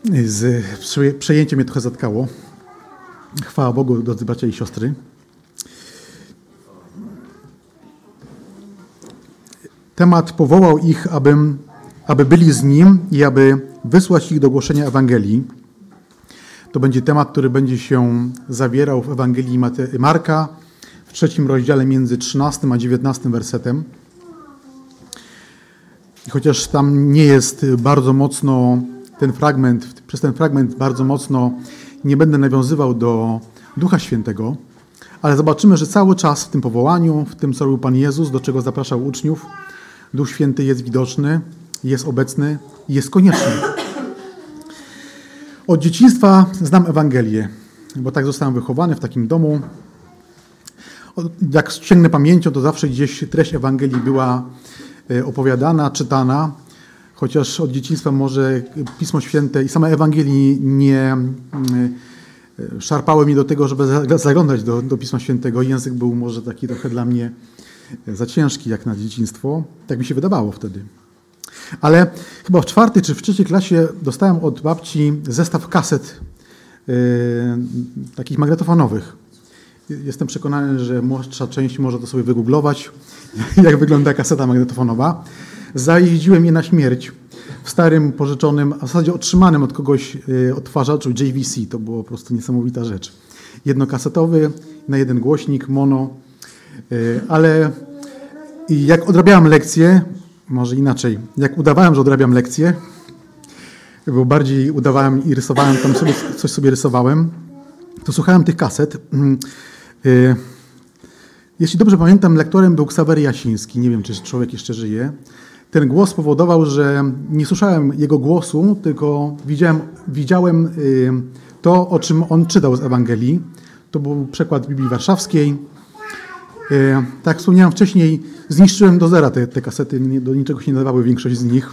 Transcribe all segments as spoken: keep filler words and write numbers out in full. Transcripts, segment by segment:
z przejęciem mnie trochę zatkało. Chwała Bogu, drodzy bracia i siostry. Temat powołał ich, abym, aby byli z Nim i aby wysłać ich do głoszenia Ewangelii. To będzie temat, który będzie się zawierał w Ewangelii Marka w trzecim rozdziale między trzynastym a dziewiętnastym wersetem. I chociaż tam nie jest bardzo mocno ten fragment, przez ten fragment bardzo mocno nie będę nawiązywał do Ducha Świętego, ale zobaczymy, że cały czas w tym powołaniu, w tym, co robił Pan Jezus, do czego zapraszał uczniów, Duch Święty jest widoczny, jest obecny i jest konieczny. Od dzieciństwa znam Ewangelię, bo tak zostałem wychowany w takim domu. Jak sięgnę pamięcią, to zawsze gdzieś treść Ewangelii była opowiadana, czytana, chociaż od dzieciństwa może Pismo Święte i same Ewangelii nie szarpały mnie do tego, żeby zaglądać do, do Pisma Świętego. Język był może taki trochę dla mnie za ciężki jak na dzieciństwo. Tak mi się wydawało wtedy. Ale chyba w czwartej czy w trzeciej klasie dostałem od babci zestaw kaset yy, takich magnetofonowych. Jestem przekonany, że młodsza część może to sobie wygooglować, jak wygląda kaseta magnetofonowa. Zajeździłem je na śmierć w starym, pożyczonym, a w zasadzie otrzymanym od kogoś odtwarzaczu J V C. To była po prostu niesamowita rzecz. Jednokasetowy, na jeden głośnik, mono. Ale jak odrabiałem lekcje, może inaczej, jak udawałem, że odrabiam lekcje, bo bardziej udawałem i rysowałem, tam sobie, coś sobie rysowałem, to słuchałem tych kaset. Jeśli dobrze pamiętam, lektorem był Ksawery Jasiński. Nie wiem, czy człowiek jeszcze żyje. Ten głos powodował, że nie słyszałem jego głosu, tylko widziałem, widziałem to, o czym on czytał z Ewangelii. To był przekład Biblii Warszawskiej. Tak jak wspomniałem wcześniej, zniszczyłem do zera te, te kasety, do niczego się nie nadawały większość z nich.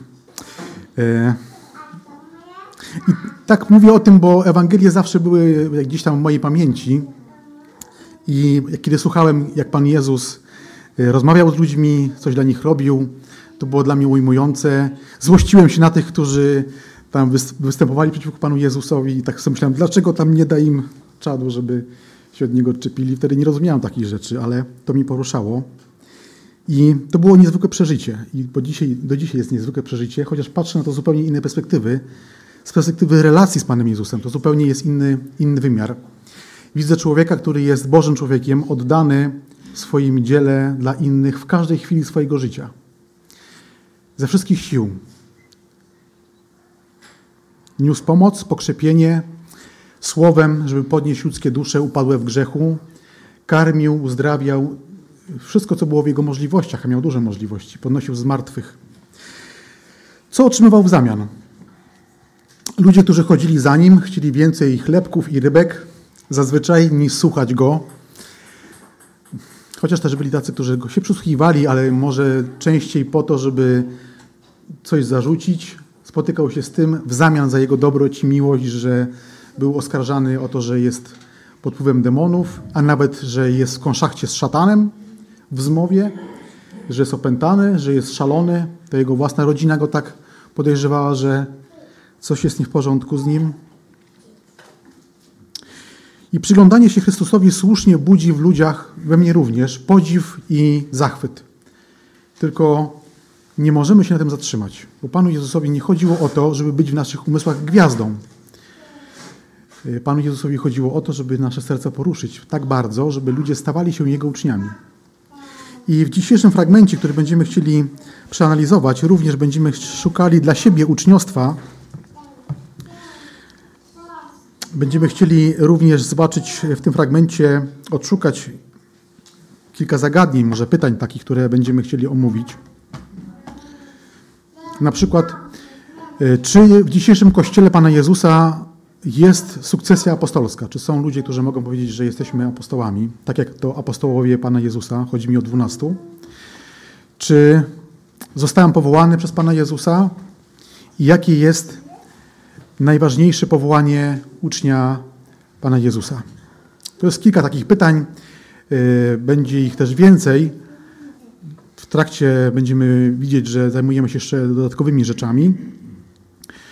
I tak mówię o tym, bo Ewangelie zawsze były gdzieś tam w mojej pamięci. I kiedy słuchałem, jak Pan Jezus rozmawiał z ludźmi, coś dla nich robił, to było dla mnie ujmujące. Złościłem się na tych, którzy tam występowali przeciwko Panu Jezusowi i tak sobie myślałem, dlaczego tam nie da im czadu, żeby się od Niego odczepili. Wtedy nie rozumiałem takich rzeczy, ale to mnie poruszało. I to było niezwykłe przeżycie. I bo dzisiaj, do dzisiaj jest niezwykłe przeżycie, chociaż patrzę na to z zupełnie innej perspektywy. Z perspektywy relacji z Panem Jezusem. To zupełnie jest inny, inny wymiar. Widzę człowieka, który jest Bożym człowiekiem, oddany w swoim dziele dla innych w każdej chwili swojego życia. Ze wszystkich sił. Niósł pomoc, pokrzepienie, słowem, żeby podnieść ludzkie dusze upadłe w grzechu. Karmił, uzdrawiał. Wszystko, co było w jego możliwościach, a miał duże możliwości. Podnosił z martwych. Co otrzymywał w zamian? Ludzie, którzy chodzili za nim, chcieli więcej chlebków i rybek, zazwyczaj niż słuchać go. Chociaż też byli tacy, którzy go się przysłuchiwali, ale może częściej po to, żeby coś zarzucić. Spotykał się z tym w zamian za jego dobroć i miłość, że był oskarżany o to, że jest pod wpływem demonów, a nawet, że jest w konszachcie z szatanem w zmowie, że jest opętany, że jest szalony. To jego własna rodzina go tak podejrzewała, że coś jest nie w porządku z nim. I przyglądanie się Chrystusowi słusznie budzi w ludziach, we mnie również, podziw i zachwyt. Tylko nie możemy się na tym zatrzymać, bo Panu Jezusowi nie chodziło o to, żeby być w naszych umysłach gwiazdą. Panu Jezusowi chodziło o to, żeby nasze serca poruszyć tak bardzo, żeby ludzie stawali się Jego uczniami. I w dzisiejszym fragmencie, który będziemy chcieli przeanalizować, również będziemy szukali dla siebie uczniostwa. Będziemy chcieli również zobaczyć w tym fragmencie, odszukać kilka zagadnień, może pytań takich, które będziemy chcieli omówić. Na przykład, czy w dzisiejszym Kościele Pana Jezusa jest sukcesja apostolska? Czy są ludzie, którzy mogą powiedzieć, że jesteśmy apostołami, tak jak to apostołowie Pana Jezusa, chodzi mi o dwunastu? Czy zostałem powołany przez Pana Jezusa? I jakie jest najważniejsze powołanie ucznia Pana Jezusa? To jest kilka takich pytań. Będzie ich też więcej. W trakcie będziemy widzieć, że zajmujemy się jeszcze dodatkowymi rzeczami.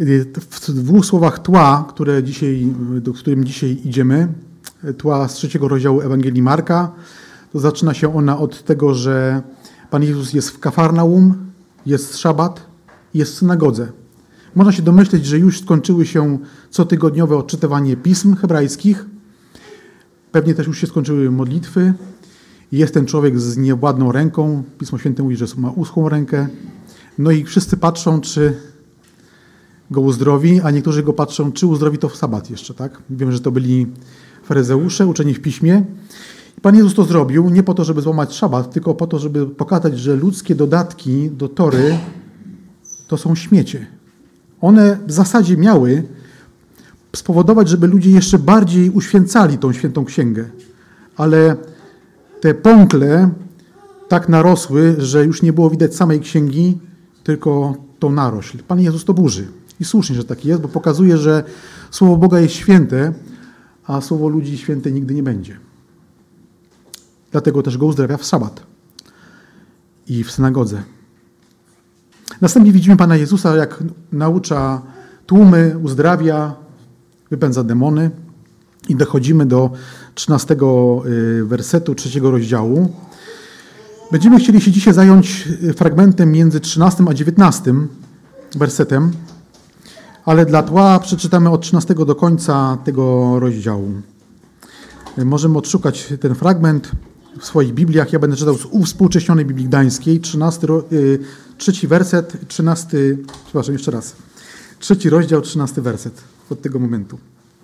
W dwóch słowach tła, które dzisiaj, do którym dzisiaj idziemy, tła z trzeciego rozdziału Ewangelii Marka, to zaczyna się ona od tego, że Pan Jezus jest w Kafarnaum, jest szabat, jest w synagodze. Można się domyśleć, że już skończyły się cotygodniowe odczytywanie pism hebrajskich. Pewnie też już się skończyły modlitwy. Jest ten człowiek z niewładną ręką. Pismo Święte mówi, że ma uschłą rękę. No i wszyscy patrzą, czy go uzdrowi, a niektórzy go patrzą, czy uzdrowi to w sabat jeszcze, tak? Wiem, że to byli faryzeusze, uczeni w piśmie. I Pan Jezus to zrobił nie po to, żeby złamać szabat, tylko po to, żeby pokazać, że ludzkie dodatki do Tory to są śmiecie. One w zasadzie miały spowodować, żeby ludzie jeszcze bardziej uświęcali tą świętą księgę. Ale te pąkle tak narosły, że już nie było widać samej księgi, tylko tą narośl. Pan Jezus to burzy. I słusznie, że tak jest, bo pokazuje, że Słowo Boga jest święte, a Słowo ludzi święte nigdy nie będzie. Dlatego też go uzdrawia w sabat i w synagodze. Następnie widzimy Pana Jezusa, jak naucza tłumy, uzdrawia, wypędza demony i dochodzimy do trzynastego wersetu trzeciego rozdziału. Będziemy chcieli się dzisiaj zająć fragmentem między trzynastym a dziewiętnastym wersetem, ale dla tła przeczytamy od trzynastego do końca tego rozdziału. Możemy odszukać ten fragment w swoich Bibliach. Ja będę czytał z uwspółcześnionej Biblii Gdańskiej, trzynasty, trzeci werset, trzynasty, przepraszam, jeszcze raz, trzeci rozdział, trzynasty werset od tego momentu.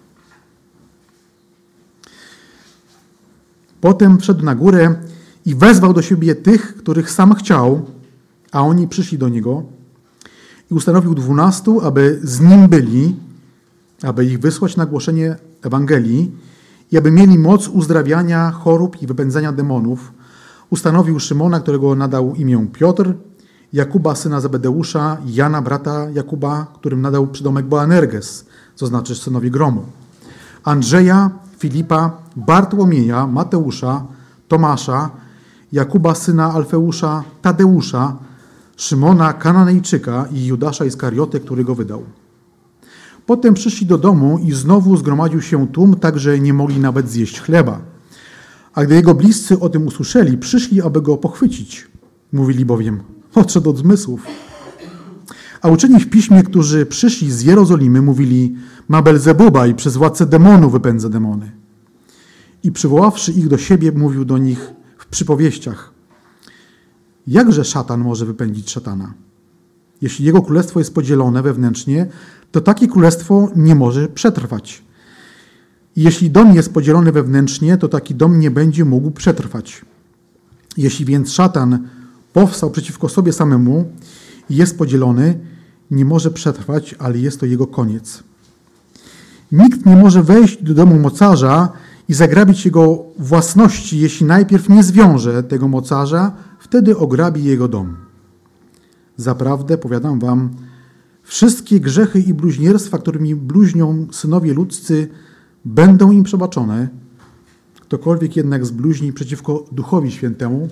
Potem wszedł na górę i wezwał do siebie tych, których sam chciał, a oni przyszli do niego i ustanowił dwunastu, aby z nim byli, aby ich wysłać na głoszenie Ewangelii i aby mieli moc uzdrawiania chorób i wypędzania demonów. Ustanowił Szymona, którego nadał imię Piotr, Jakuba, syna Zebedeusza, Jana, brata Jakuba, którym nadał przydomek Boanerges, co znaczy synowi gromu, Andrzeja, Filipa, Bartłomieja, Mateusza, Tomasza, Jakuba, syna Alfeusza, Tadeusza, Szymona, Kananejczyka i Judasza Iskariotę, który go wydał. Potem przyszli do domu i znowu zgromadził się tłum, tak że nie mogli nawet zjeść chleba. A gdy jego bliscy o tym usłyszeli, przyszli, aby go pochwycić. Mówili bowiem, odszedł od zmysłów. A uczeni w piśmie, którzy przyszli z Jerozolimy, mówili, ma Belzebuba i przez władcę demonu wypędza demony. I przywoławszy ich do siebie, mówił do nich w przypowieściach, jakże szatan może wypędzić szatana? Jeśli jego królestwo jest podzielone wewnętrznie, to takie królestwo nie może przetrwać. I jeśli dom jest podzielony wewnętrznie, to taki dom nie będzie mógł przetrwać. Jeśli więc szatan powstał przeciwko sobie samemu i jest podzielony, nie może przetrwać, ale jest to jego koniec. Nikt nie może wejść do domu mocarza i zagrabić jego własności, jeśli najpierw nie zwiąże tego mocarza, wtedy ograbi jego dom. Zaprawdę, powiadam wam, wszystkie grzechy i bluźnierstwa, którymi bluźnią synowie ludzcy, będą im przebaczone. Ktokolwiek jednak zbluźni przeciwko Duchowi Świętemu,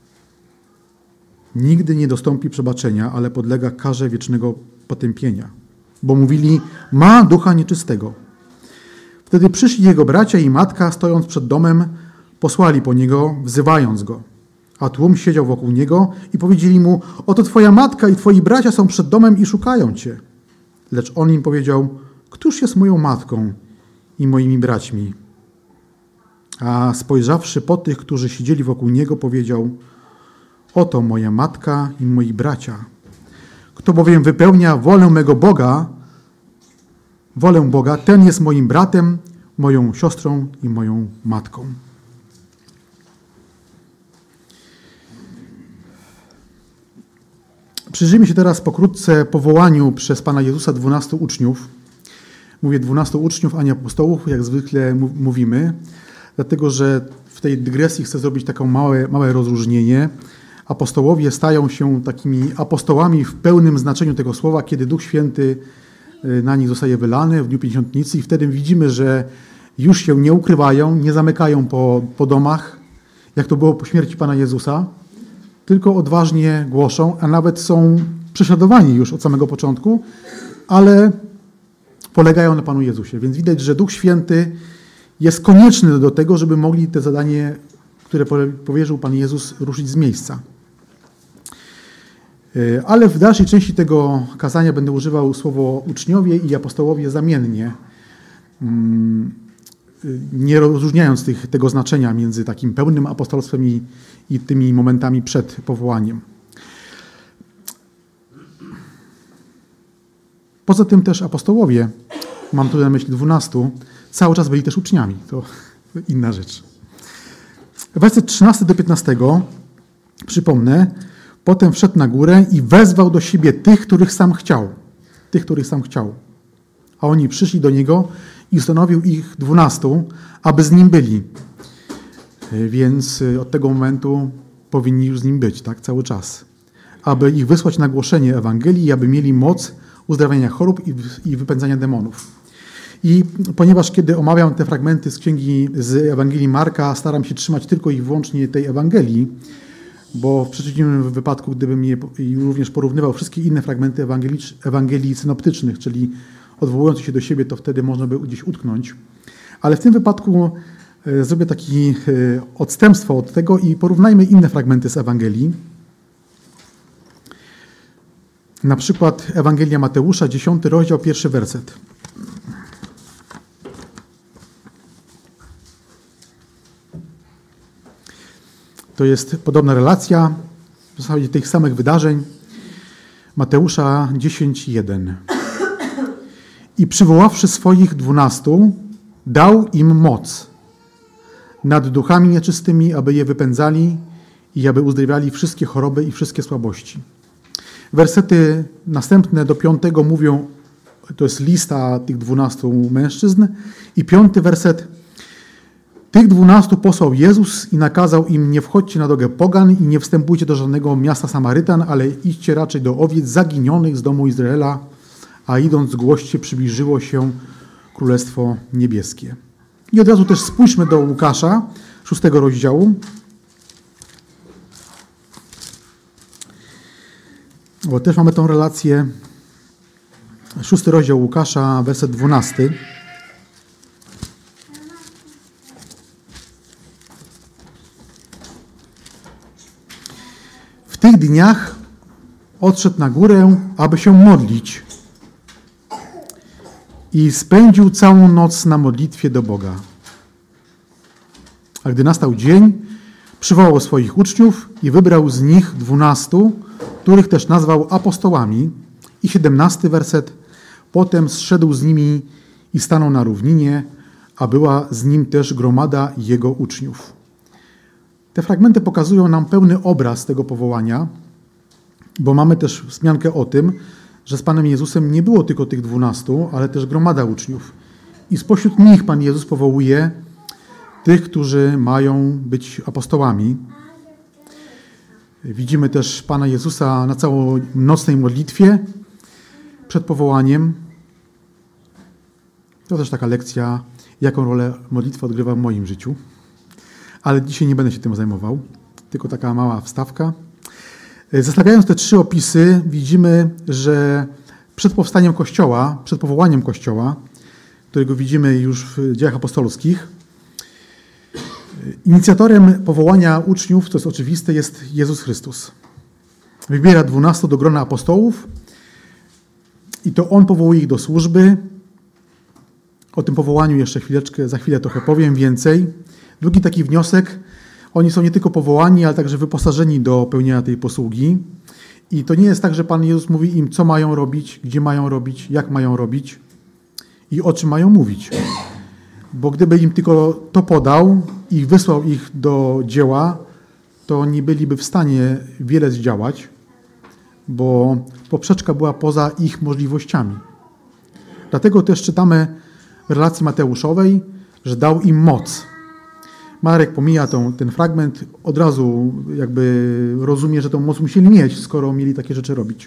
nigdy nie dostąpi przebaczenia, ale podlega karze wiecznego potępienia. Bo mówili, ma ducha nieczystego. Wtedy przyszli jego bracia i matka, stojąc przed domem, posłali po niego, wzywając go. A tłum siedział wokół niego i powiedzieli mu, oto twoja matka i twoi bracia są przed domem i szukają cię. Lecz on im powiedział, któż jest moją matką i moimi braćmi? A spojrzawszy po tych, którzy siedzieli wokół niego, powiedział, oto moja matka i moi bracia. Kto bowiem wypełnia wolę mego Boga, wolę Boga, ten jest moim bratem, moją siostrą i moją matką. Przyjrzyjmy się teraz pokrótce powołaniu przez Pana Jezusa dwunastu uczniów. Mówię dwunastu uczniów, a nie apostołów, jak zwykle mówimy, dlatego że w tej dygresji chcę zrobić takie małe, małe rozróżnienie. Apostołowie stają się takimi apostołami w pełnym znaczeniu tego słowa, kiedy Duch Święty na nich zostaje wylany w dniu Pięćdziesiątnicy i wtedy widzimy, że już się nie ukrywają, nie zamykają po, po domach, jak to było po śmierci Pana Jezusa, tylko odważnie głoszą, a nawet są prześladowani już od samego początku, ale polegają na Panu Jezusie. Więc widać, że Duch Święty jest konieczny do tego, żeby mogli te zadanie, które powierzył Pan Jezus, ruszyć z miejsca. Ale w dalszej części tego kazania będę używał słowo uczniowie i apostołowie zamiennie, nie rozróżniając tych, tego znaczenia między takim pełnym apostolstwem i, i tymi momentami przed powołaniem. Poza tym też apostołowie, mam tu na myśli dwunastu, cały czas byli też uczniami. To inna rzecz. Werset trzynasty do piętnastego, przypomnę, potem wszedł na górę i wezwał do siebie tych, których sam chciał. Tych, których sam chciał. A oni przyszli do niego i ustanowił ich dwunastu, aby z nim byli. Więc od tego momentu powinni już z nim być, tak, cały czas. Aby ich wysłać na głoszenie Ewangelii i aby mieli moc uzdrawiania chorób i wypędzania demonów. I ponieważ kiedy omawiam te fragmenty z księgi, z Ewangelii Marka, staram się trzymać tylko i wyłącznie tej Ewangelii, bo w przeciwnym wypadku, gdybym je również porównywał wszystkie inne fragmenty Ewangelii, Ewangelii synoptycznych, czyli odwołujące się do siebie, to wtedy można by gdzieś utknąć. Ale w tym wypadku zrobię takie odstępstwo od tego i porównajmy inne fragmenty z Ewangelii. Na przykład Ewangelia Mateusza, dziesiąty rozdział, pierwszy werset. To jest podobna relacja w zasadzie tych samych wydarzeń. Mateusza dziesięć, jeden. I przywoławszy swoich dwunastu, dał im moc nad duchami nieczystymi, aby je wypędzali i aby uzdrawiali wszystkie choroby i wszystkie słabości. Wersety następne do piątego mówią, to jest lista tych dwunastu mężczyzn i piąty werset. Tych dwunastu posłał Jezus i nakazał im: nie wchodźcie na drogę pogan i nie wstępujcie do żadnego miasta Samarytan, ale idźcie raczej do owiec zaginionych z domu Izraela, a idąc głoście, przybliżyło się Królestwo Niebieskie. I od razu też spójrzmy do Łukasza, szóstego rozdziału. Bo też mamy tą relację. Szósty rozdział Łukasza, werset dwunasty. W tych dniach odszedł na górę, aby się modlić i spędził całą noc na modlitwie do Boga. A gdy nastał dzień, przywołał swoich uczniów i wybrał z nich dwunastu, których też nazwał apostołami. I siedemnasty werset. Potem zszedł z nimi i stanął na równinie, a była z nim też gromada jego uczniów. Te fragmenty pokazują nam pełny obraz tego powołania, bo mamy też wzmiankę o tym, że z Panem Jezusem nie było tylko tych dwunastu, ale też gromada uczniów. I spośród nich Pan Jezus powołuje tych, którzy mają być apostołami. Widzimy też Pana Jezusa na całonocnej modlitwie przed powołaniem. To też taka lekcja, jaką rolę modlitwa odgrywa w moim życiu. Ale dzisiaj nie będę się tym zajmował, tylko taka mała wstawka. Zestawiając te trzy opisy, widzimy, że przed powstaniem Kościoła, przed powołaniem Kościoła, którego widzimy już w Dziejach Apostolskich, inicjatorem powołania uczniów, to jest oczywiste, jest Jezus Chrystus. Wybiera dwunastu do grona apostołów i to On powołuje ich do służby. O tym powołaniu jeszcze chwileczkę, za chwilę trochę powiem więcej. Drugi taki wniosek, oni są nie tylko powołani, ale także wyposażeni do pełnienia tej posługi. I to nie jest tak, że Pan Jezus mówi im, co mają robić, gdzie mają robić, jak mają robić i o czym mają mówić. Bo gdyby im tylko to podał i wysłał ich do dzieła, to nie byliby w stanie wiele zdziałać, bo poprzeczka była poza ich możliwościami. Dlatego też czytamy w relacji Mateuszowej, że dał im moc. Marek pomija tą, ten fragment, od razu jakby rozumie, że tą moc musieli mieć, skoro mieli takie rzeczy robić.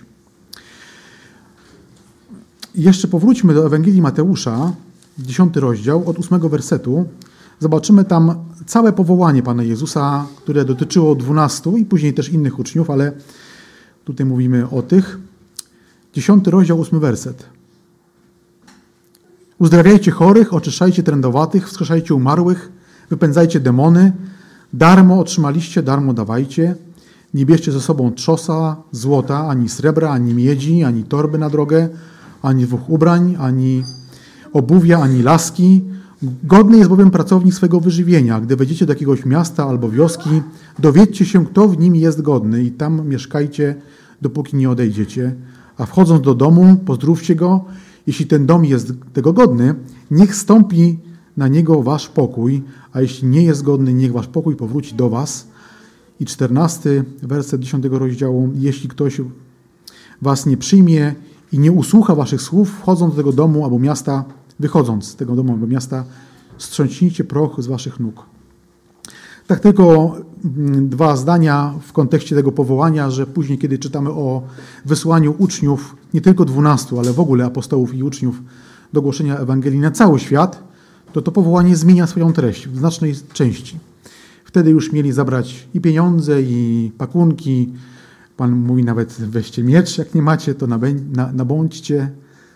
I jeszcze powróćmy do Ewangelii Mateusza, dziesiąty rozdział, od ósmego wersetu. Zobaczymy tam całe powołanie Pana Jezusa, które dotyczyło dwunastu i później też innych uczniów, ale tutaj mówimy o tych. Dziesiąty rozdział, ósmy werset. Uzdrawiajcie chorych, oczyszczajcie trędowatych, wskrzeszajcie umarłych, wypędzajcie demony. Darmo otrzymaliście, darmo dawajcie. Nie bierzcie ze sobą trzosa, złota, ani srebra, ani miedzi, ani torby na drogę, ani dwóch ubrań, ani obuwia, ani laski. Godny jest bowiem pracownik swego wyżywienia. Gdy wejdziecie do jakiegoś miasta albo wioski, dowiedzcie się, kto w nim jest godny i tam mieszkajcie, dopóki nie odejdziecie. A wchodząc do domu, pozdrówcie go. Jeśli ten dom jest tego godny, niech stąpi na niego wasz pokój, a jeśli nie jest godny, niech wasz pokój powróci do was. I czternasty werset dziesiątego rozdziału. Jeśli ktoś was nie przyjmie i nie usłucha waszych słów, wchodząc do tego domu albo miasta, wychodząc z tego domu albo miasta, strząśnijcie proch z waszych nóg. Tak tylko dwa zdania w kontekście tego powołania, że później, kiedy czytamy o wysłaniu uczniów, nie tylko dwunastu, ale w ogóle apostołów i uczniów do głoszenia Ewangelii na cały świat, to to powołanie zmienia swoją treść w znacznej części. Wtedy już mieli zabrać i pieniądze, i pakunki. Pan mówi nawet, weźcie miecz, jak nie macie, to nabądźcie.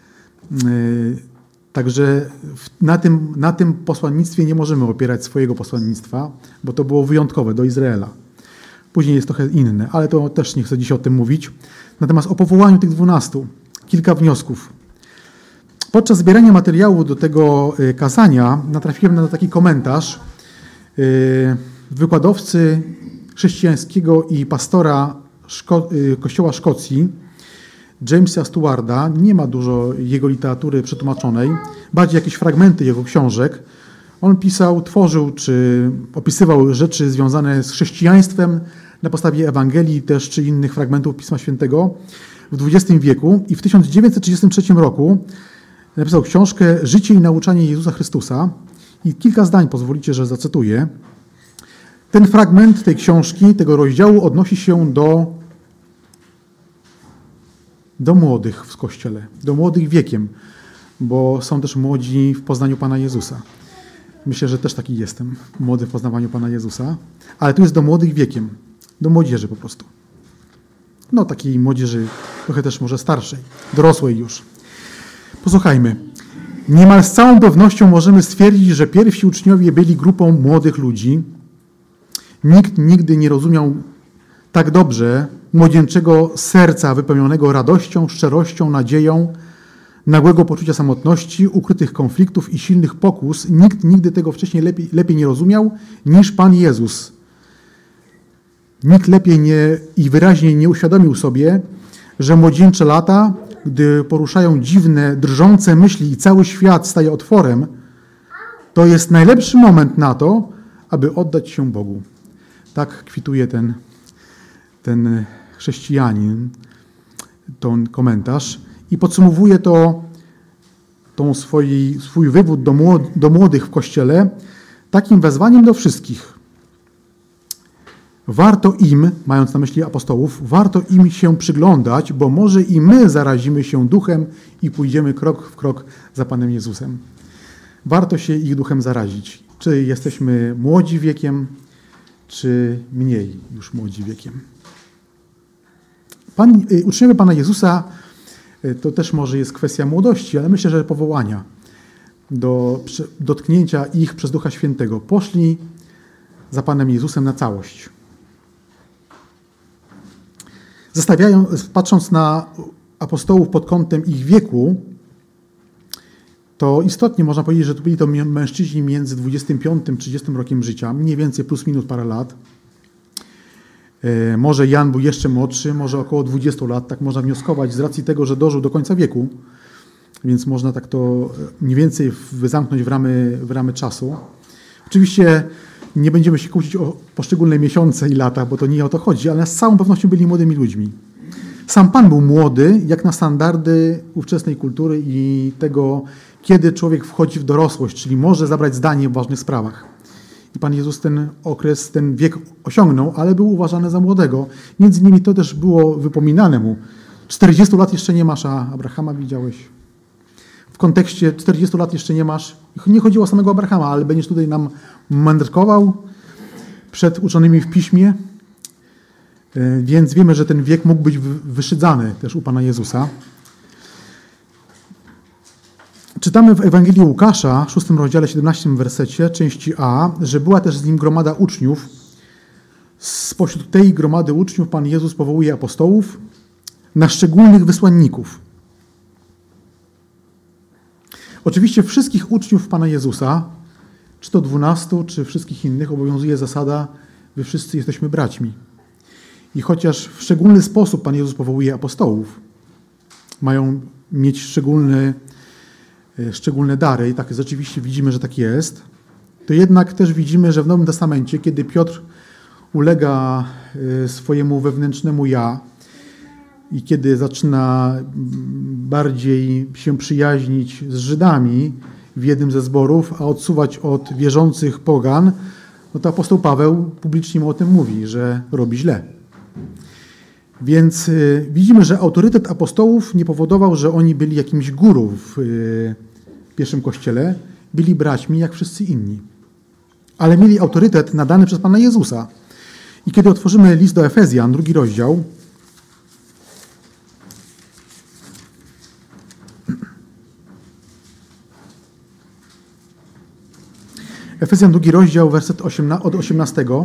Także na tym, na tym posłannictwie nie możemy opierać swojego posłannictwa, bo to było wyjątkowe do Izraela. Później jest trochę inne, ale to też nie chcę dziś o tym mówić. Natomiast o powołaniu tych dwunastu kilka wniosków. Podczas zbierania materiału do tego kazania natrafiłem na taki komentarz wykładowcy chrześcijańskiego i pastora Szko- Kościoła Szkocji, Jamesa Stewarda. Nie ma dużo jego literatury przetłumaczonej, bardziej jakieś fragmenty jego książek. On pisał, tworzył czy opisywał rzeczy związane z chrześcijaństwem na podstawie Ewangelii też czy innych fragmentów Pisma Świętego w dwudziestym wieku i w tysiąc dziewięćset trzydziestym trzecim roku napisał książkę Życie i nauczanie Jezusa Chrystusa i kilka zdań pozwolicie, że zacytuję. Ten fragment tej książki, tego rozdziału odnosi się do, do młodych w Kościele, do młodych wiekiem, bo są też młodzi w poznaniu Pana Jezusa. Myślę, że też taki jestem, młody w poznawaniu Pana Jezusa, ale tu jest do młodych wiekiem, do młodzieży po prostu. No takiej młodzieży trochę też może starszej, dorosłej już. Posłuchajmy. Niemal z całą pewnością możemy stwierdzić, że pierwsi uczniowie byli grupą młodych ludzi. Nikt nigdy nie rozumiał tak dobrze młodzieńczego serca wypełnionego radością, szczerością, nadzieją, nagłego poczucia samotności, ukrytych konfliktów i silnych pokus. Nikt nigdy tego wcześniej lepiej, lepiej nie rozumiał niż Pan Jezus. Nikt lepiej nie, i wyraźniej nie uświadomił sobie, że młodzieńcze lata, gdy poruszają dziwne, drżące myśli i cały świat staje otworem, to jest najlepszy moment na to, aby oddać się Bogu. Tak kwituje ten, ten chrześcijanin, ten komentarz i podsumowuje to tą swoi, swój wywód do, młod, do młodych w Kościele takim wezwaniem do wszystkich. Warto im, mając na myśli apostołów, warto im się przyglądać, bo może i my zarazimy się duchem i pójdziemy krok w krok za Panem Jezusem. Warto się ich duchem zarazić. Czy jesteśmy młodzi wiekiem, czy mniej już młodzi wiekiem. Pan, uczniowie Pana Jezusa to też może jest kwestia młodości, ale myślę, że powołania do dotknięcia ich przez Ducha Świętego. Poszli za Panem Jezusem na całość. Zestawiając, patrząc na apostołów pod kątem ich wieku, to istotnie można powiedzieć, że to byli to mężczyźni między dwudziestym piątym a trzydziestym rokiem życia, mniej więcej plus minus parę lat. Może Jan był jeszcze młodszy, może około dwudziestu lat, tak można wnioskować z racji tego, że dożył do końca wieku, więc można tak to mniej więcej zamknąć w ramy, w ramy czasu. Oczywiście nie będziemy się kłócić o poszczególne miesiące i lata, bo to nie o to chodzi, ale z całą pewnością byli młodymi ludźmi. Sam Pan był młody, jak na standardy ówczesnej kultury i tego, kiedy człowiek wchodzi w dorosłość, czyli może zabrać zdanie w ważnych sprawach. I Pan Jezus ten okres, ten wiek osiągnął, ale był uważany za młodego. Między innymi to też było wypominane mu. czterdziestu lat jeszcze nie masz, a Abrahama widziałeś. W kontekście czterdziestu lat jeszcze nie masz. Nie chodziło o samego Abrahama, ale będziesz tutaj nam mędrkował przed uczonymi w piśmie. Więc wiemy, że ten wiek mógł być wyszydzany też u Pana Jezusa. Czytamy w Ewangelii Łukasza, w szóstym rozdziale, siedemnastym wersecie, części A, że była też z nim gromada uczniów. Spośród tej gromady uczniów Pan Jezus powołuje apostołów na szczególnych wysłanników. Oczywiście wszystkich uczniów Pana Jezusa, czy to dwunastu, czy wszystkich innych, obowiązuje zasada, wy wszyscy jesteśmy braćmi. I chociaż w szczególny sposób Pan Jezus powołuje apostołów, mają mieć szczególny, szczególne dary, i tak rzeczywiście widzimy, że tak jest, to jednak też widzimy, że w Nowym Testamencie, kiedy Piotr ulega swojemu wewnętrznemu ja i kiedy zaczyna bardziej się przyjaźnić z Żydami w jednym ze zborów, a odsuwać od wierzących pogan, no to apostoł Paweł publicznie mu o tym mówi, że robi źle. Więc widzimy, że autorytet apostołów nie powodował, że oni byli jakimś guru w pierwszym kościele, byli braćmi jak wszyscy inni. Ale mieli autorytet nadany przez Pana Jezusa. I kiedy otworzymy list do Efezjan, drugi rozdział, Efezjan, drugi rozdział, werset od osiemnastego,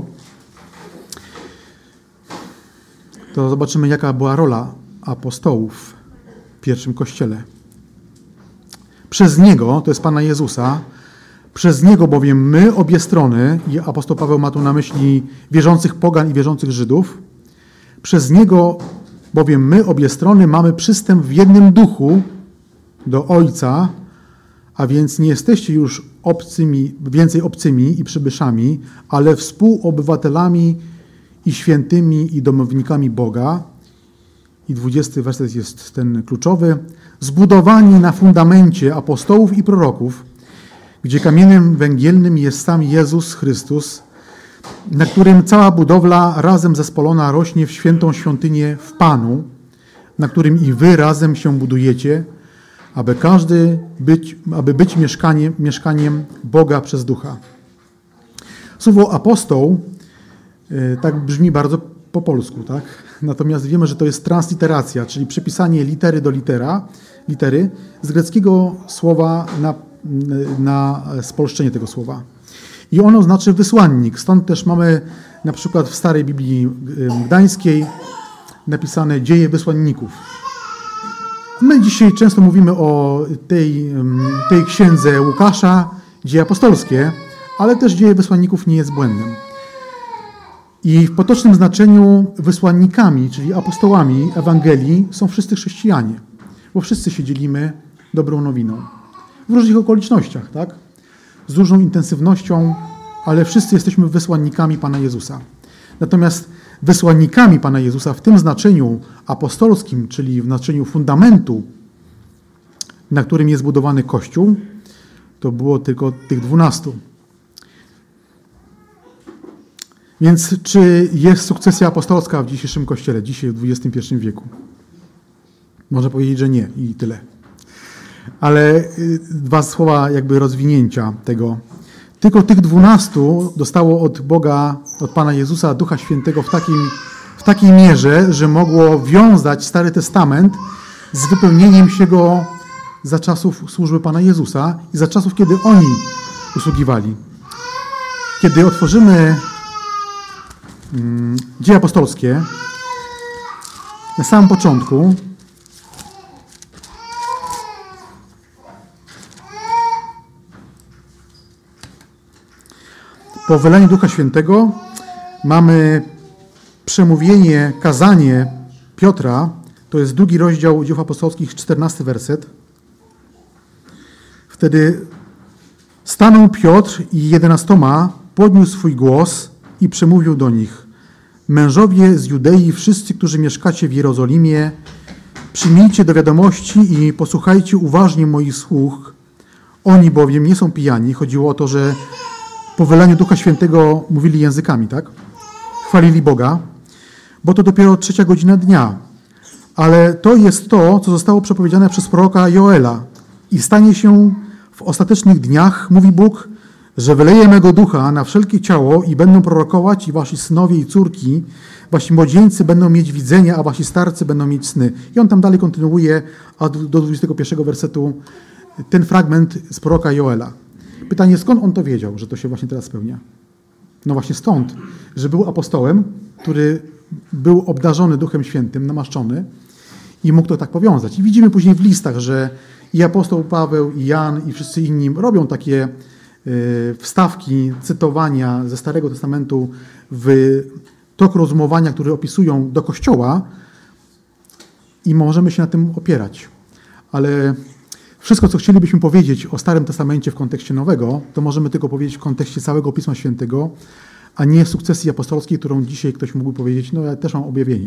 to zobaczymy, jaka była rola apostołów w pierwszym kościele. Przez Niego, to jest Pana Jezusa, przez Niego bowiem my, obie strony, i apostoł Paweł ma tu na myśli wierzących pogan i wierzących Żydów, przez Niego bowiem my, obie strony, mamy przystęp w jednym duchu do Ojca, a więc nie jesteście już obcymi, więcej obcymi i przybyszami, ale współobywatelami i świętymi i domownikami Boga. I dwudziesty werset jest ten kluczowy. Zbudowani na fundamencie apostołów i proroków, gdzie kamieniem węgielnym jest sam Jezus Chrystus, na którym cała budowla razem zespolona rośnie w świętą świątynię w Panu, na którym i wy razem się budujecie, aby każdy być, aby być mieszkaniem, mieszkaniem Boga przez Ducha. Słowo apostoł tak brzmi bardzo po polsku, tak? Natomiast wiemy, że to jest transliteracja, czyli przypisanie litery do litera, litery z greckiego słowa na, na spolszczenie tego słowa. I ono znaczy wysłannik. Stąd też mamy na przykład w Starej Biblii Gdańskiej napisane dzieje wysłanników. My dzisiaj często mówimy o tej, tej księdze Łukasza, dzieje apostolskie, ale też dzieje wysłanników nie jest błędem. I w potocznym znaczeniu wysłannikami, czyli apostołami Ewangelii są wszyscy chrześcijanie, bo wszyscy się dzielimy dobrą nowiną. W różnych okolicznościach, tak? Z różną intensywnością, ale wszyscy jesteśmy wysłannikami Pana Jezusa. Natomiast wysłannikami Pana Jezusa w tym znaczeniu apostolskim, czyli w znaczeniu fundamentu, na którym jest budowany Kościół, to było tylko tych dwunastu. Więc czy jest sukcesja apostolska w dzisiejszym Kościele, dzisiaj w dwudziestym pierwszym wieku? Można powiedzieć, że nie i tyle. Ale dwa słowa jakby rozwinięcia tego. Tylko tych dwunastu dostało od Boga, od Pana Jezusa Ducha Świętego w takiej, w takiej mierze, że mogło wiązać Stary Testament z wypełnieniem się go za czasów służby Pana Jezusa i za czasów, kiedy oni usługiwali. Kiedy otworzymy Dzieje apostolskie, na samym początku po wylaniu Ducha Świętego mamy przemówienie, kazanie Piotra, to jest drugi rozdział Dzieł apostolskich, czternasty werset. Wtedy stanął Piotr i jedenastoma, podniósł swój głos i przemówił do nich: mężowie z Judei, wszyscy, którzy mieszkacie w Jerozolimie, przyjmijcie do wiadomości i posłuchajcie uważnie moich słów. Oni bowiem nie są pijani. Chodziło o to, że po wylaniu Ducha Świętego mówili językami, tak? Chwalili Boga, bo to dopiero trzecia godzina dnia. Ale to jest to, co zostało przepowiedziane przez proroka Joela. I stanie się w ostatecznych dniach, mówi Bóg, że wyleję mego ducha na wszelkie ciało i będą prorokować i wasi synowie i córki, wasi młodzieńcy będą mieć widzenia, a wasi starcy będą mieć sny. I on tam dalej kontynuuje, a do dwudziestego pierwszego wersetu ten fragment z proroka Joela. Pytanie, skąd on to wiedział, że to się właśnie teraz spełnia? No właśnie stąd, że był apostołem, który był obdarzony Duchem Świętym, namaszczony i mógł to tak powiązać. I widzimy później w listach, że i apostoł Paweł, i Jan, i wszyscy inni robią takie wstawki, cytowania ze Starego Testamentu w tok rozumowania, które opisują do Kościoła i możemy się na tym opierać. Ale wszystko, co chcielibyśmy powiedzieć o Starym Testamencie w kontekście Nowego, to możemy tylko powiedzieć w kontekście całego Pisma Świętego, a nie sukcesji apostolskiej, którą dzisiaj ktoś mógłby powiedzieć, no ja też mam objawienie.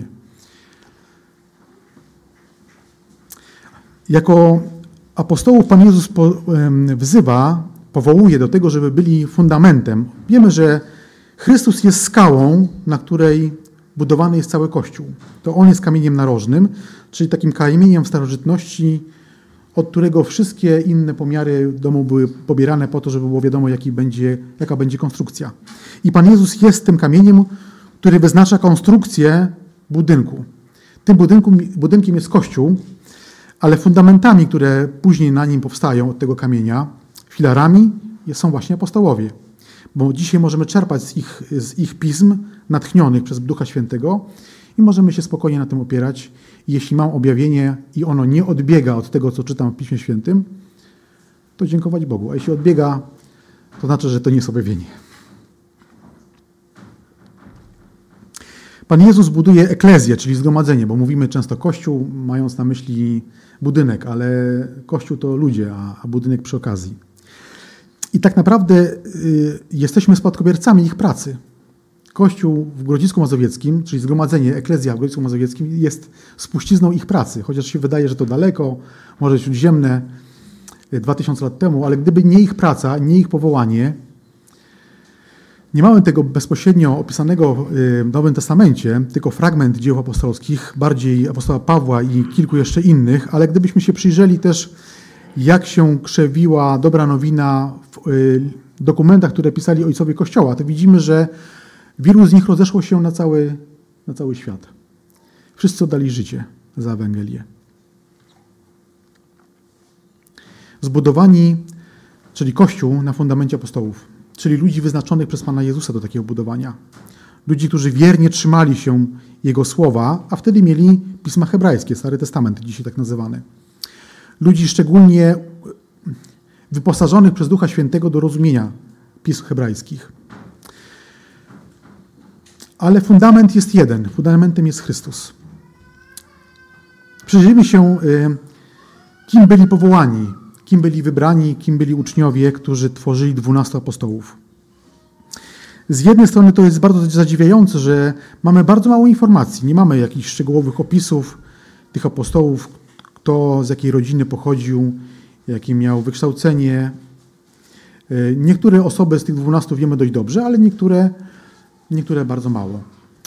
Jako apostołów Pan Jezus wzywa, powołuje do tego, żeby byli fundamentem. Wiemy, że Chrystus jest skałą, na której budowany jest cały Kościół. To On jest kamieniem narożnym, czyli takim kamieniem w starożytności, od którego wszystkie inne pomiary domu były pobierane po to, żeby było wiadomo, jaki będzie, jaka będzie konstrukcja. I Pan Jezus jest tym kamieniem, który wyznacza konstrukcję budynku. Tym budynku, budynkiem jest Kościół, ale fundamentami, które później na nim powstają od tego kamienia, filarami są właśnie apostołowie. Bo dzisiaj możemy czerpać z ich, z ich pism natchnionych przez Ducha Świętego i możemy się spokojnie na tym opierać. I jeśli mam objawienie i ono nie odbiega od tego, co czytam w Piśmie Świętym, to dziękować Bogu. A jeśli odbiega, to znaczy, że to nie jest objawienie. Pan Jezus buduje eklezję, czyli zgromadzenie, bo mówimy często Kościół, mając na myśli budynek, ale Kościół to ludzie, a, a budynek przy okazji. I tak naprawdę y, jesteśmy spadkobiercami ich pracy. Kościół w Grodzisku Mazowieckim, czyli zgromadzenie, eklezja w Grodzisku Mazowieckim jest spuścizną ich pracy, chociaż się wydaje, że to daleko, może śródziemne, dwa tysiące lat temu, ale gdyby nie ich praca, nie ich powołanie, nie mamy tego bezpośrednio opisanego w Nowym Testamencie, tylko fragment dzieł apostolskich, bardziej apostoła Pawła i kilku jeszcze innych, ale gdybyśmy się przyjrzeli też, jak się krzewiła dobra nowina w dokumentach, które pisali ojcowie Kościoła, to widzimy, że wielu z nich rozeszło się na cały, na cały świat. Wszyscy oddali życie za Ewangelię. Zbudowani, czyli Kościół na fundamencie apostołów, czyli ludzi wyznaczonych przez Pana Jezusa do takiego budowania. Ludzi, którzy wiernie trzymali się Jego słowa, a wtedy mieli Pisma Hebrajskie, Stary Testament, dzisiaj tak nazywany. Ludzi szczególnie wyposażonych przez Ducha Świętego do rozumienia Pism Hebrajskich. Ale fundament jest jeden. Fundamentem jest Chrystus. Przyjrzyjmy się, kim byli powołani, kim byli wybrani, kim byli uczniowie, którzy tworzyli dwunastu apostołów. Z jednej strony to jest bardzo zadziwiające, że mamy bardzo mało informacji. Nie mamy jakichś szczegółowych opisów tych apostołów, kto z jakiej rodziny pochodził, jakie miał wykształcenie. Niektóre osoby z tych dwunastu wiemy dość dobrze, ale niektóre, niektóre bardzo mało.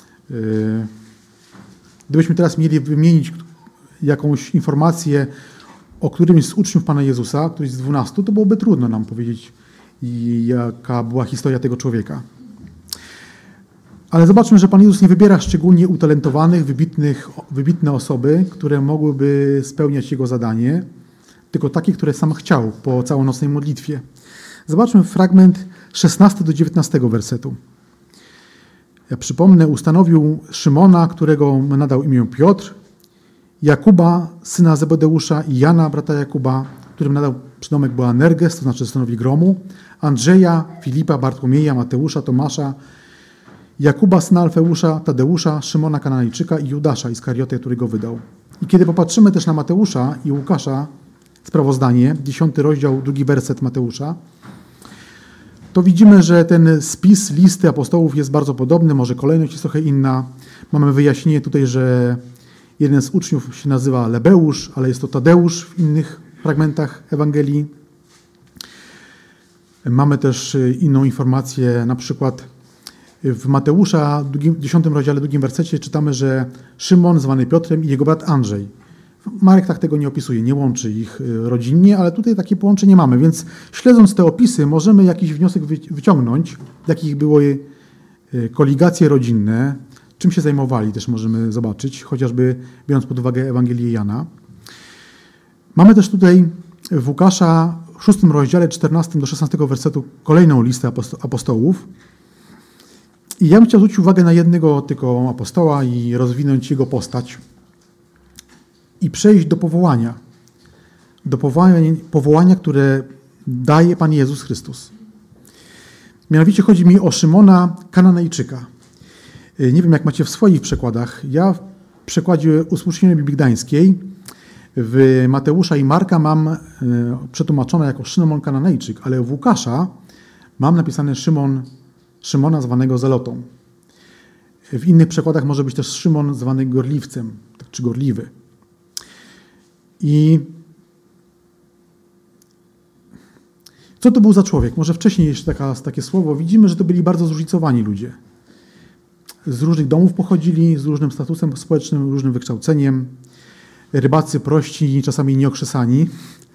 Gdybyśmy teraz mieli wymienić jakąś informację o którymś z uczniów Pana Jezusa, któryś z dwunastu, to byłoby trudno nam powiedzieć, jaka była historia tego człowieka. Ale zobaczmy, że Pan Jezus nie wybiera szczególnie utalentowanych, wybitnych, wybitne osoby, które mogłyby spełniać Jego zadanie, tylko takie, które sam chciał po całonocnej modlitwie. Zobaczmy fragment szesnasty do dziewiętnastego wersetu. Ja przypomnę, ustanowił Szymona, którego nadał imię Piotr, Jakuba, syna Zebedeusza i Jana, brata Jakuba, którym nadał przydomek Boanerges, to znaczy synowi gromu, Andrzeja, Filipa, Bartłomieja, Mateusza, Tomasza, Jakuba, syna Alfeusza, Tadeusza, Szymona Kananejczyka i Judasza Iskariotę, który go wydał. I kiedy popatrzymy też na Mateusza i Łukasza, sprawozdanie, dziesiąty rozdział, drugi werset Mateusza, to widzimy, że ten spis listy apostołów jest bardzo podobny, może kolejność jest trochę inna. Mamy wyjaśnienie tutaj, że jeden z uczniów się nazywa Lebeusz, ale jest to Tadeusz w innych fragmentach Ewangelii. Mamy też inną informację, na przykład w Mateusza, w dziesiątym rozdziale, drugim wersecie czytamy, że Szymon, zwany Piotrem, i jego brat Andrzej. Marek tak tego nie opisuje, nie łączy ich rodzinnie, ale tutaj takie połączenie mamy, więc śledząc te opisy możemy jakiś wniosek wyciągnąć, jakich były koligacje rodzinne, czym się zajmowali też możemy zobaczyć, chociażby biorąc pod uwagę Ewangelię Jana. Mamy też tutaj w Łukasza w szóstym rozdziale, czternastym do szesnastego wersetu kolejną listę apostołów. I ja bym chciał zwrócić uwagę na jednego tylko apostoła i rozwinąć jego postać i przejść do powołania. Do powołania, powołania, które daje Pan Jezus Chrystus. Mianowicie chodzi mi o Szymona Kananejczyka. Nie wiem, jak macie w swoich przekładach. Ja w przekładzie Uspółcześnionej Biblii Gdańskiej w Mateusza i Marka mam przetłumaczone jako Szymon Kananejczyk, ale w Łukasza mam napisane Szymon, Szymona zwanego Zelotą. W innych przekładach może być też Szymon zwany Gorliwcem, czy Gorliwy. I co to był za człowiek? Może wcześniej jeszcze taka, takie słowo. Widzimy, że to byli bardzo zróżnicowani ludzie. Z różnych domów pochodzili, z różnym statusem społecznym, różnym wykształceniem. Rybacy prości, czasami nieokrzesani.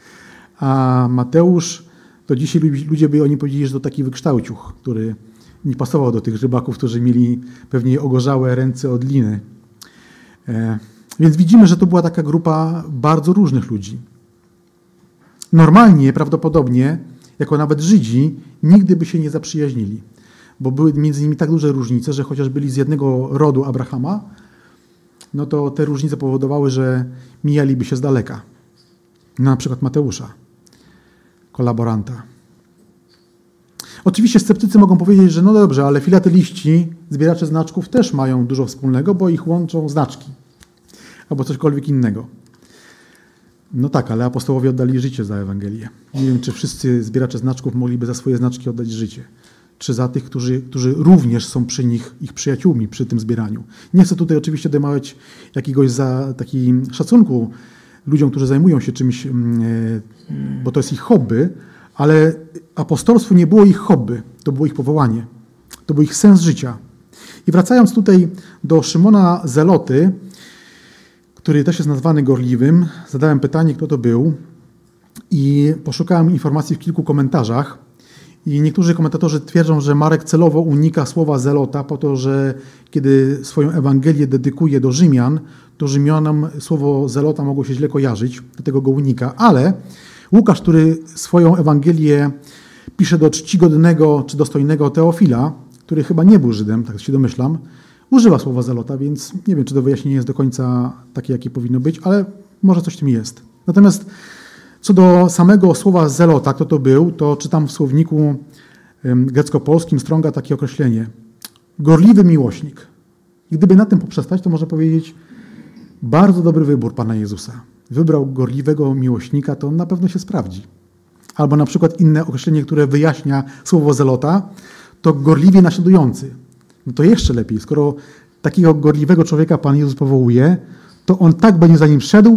A Mateusz, to dzisiaj ludzie by o nim powiedzieli, że to taki wykształciuch, który nie pasował do tych rybaków, którzy mieli pewnie ogorzałe ręce od liny. E, więc widzimy, że to była taka grupa bardzo różnych ludzi. Normalnie, prawdopodobnie, jako nawet Żydzi, nigdy by się nie zaprzyjaźnili, bo były między nimi tak duże różnice, że chociaż byli z jednego rodu Abrahama, no to te różnice powodowały, że mijaliby się z daleka. No, na przykład Mateusza, kolaboranta. Oczywiście sceptycy mogą powiedzieć, że no dobrze, ale filateliści, zbieracze znaczków też mają dużo wspólnego, bo ich łączą znaczki albo cośkolwiek innego. No tak, ale apostołowie oddali życie za Ewangelię. Nie wiem, czy wszyscy zbieracze znaczków mogliby za swoje znaczki oddać życie. Czy za tych, którzy, którzy również są przy nich, ich przyjaciółmi przy tym zbieraniu. Nie chcę tutaj oczywiście demawiać jakiegoś za taki szacunku ludziom, którzy zajmują się czymś, bo to jest ich hobby, ale apostolstwo nie było ich hobby, to było ich powołanie. To był ich sens życia. I wracając tutaj do Szymona Zeloty, który też jest nazwany Gorliwym, zadałem pytanie, kto to był i poszukałem informacji w kilku komentarzach. I niektórzy komentatorzy twierdzą, że Marek celowo unika słowa zelota po to, że kiedy swoją Ewangelię dedykuje do Rzymian, to Rzymianom słowo zelota mogło się źle kojarzyć, dlatego go unika. Ale Łukasz, który swoją Ewangelię pisze do czcigodnego czy dostojnego Teofila, który chyba nie był Żydem, tak się domyślam, używa słowa zelota, więc nie wiem, czy to wyjaśnienie jest do końca takie, jakie powinno być, ale może coś w tym jest. Natomiast co do samego słowa zelota, kto to był, to czytam w słowniku grecko-polskim Stronga takie określenie. Gorliwy miłośnik. I gdyby na tym poprzestać, to można powiedzieć bardzo dobry wybór Pana Jezusa. Wybrał gorliwego miłośnika, to on na pewno się sprawdzi. Albo na przykład inne określenie, które wyjaśnia słowo zelota, to gorliwie naśladujący. No to jeszcze lepiej. Skoro takiego gorliwego człowieka Pan Jezus powołuje, to on tak będzie za nim szedł,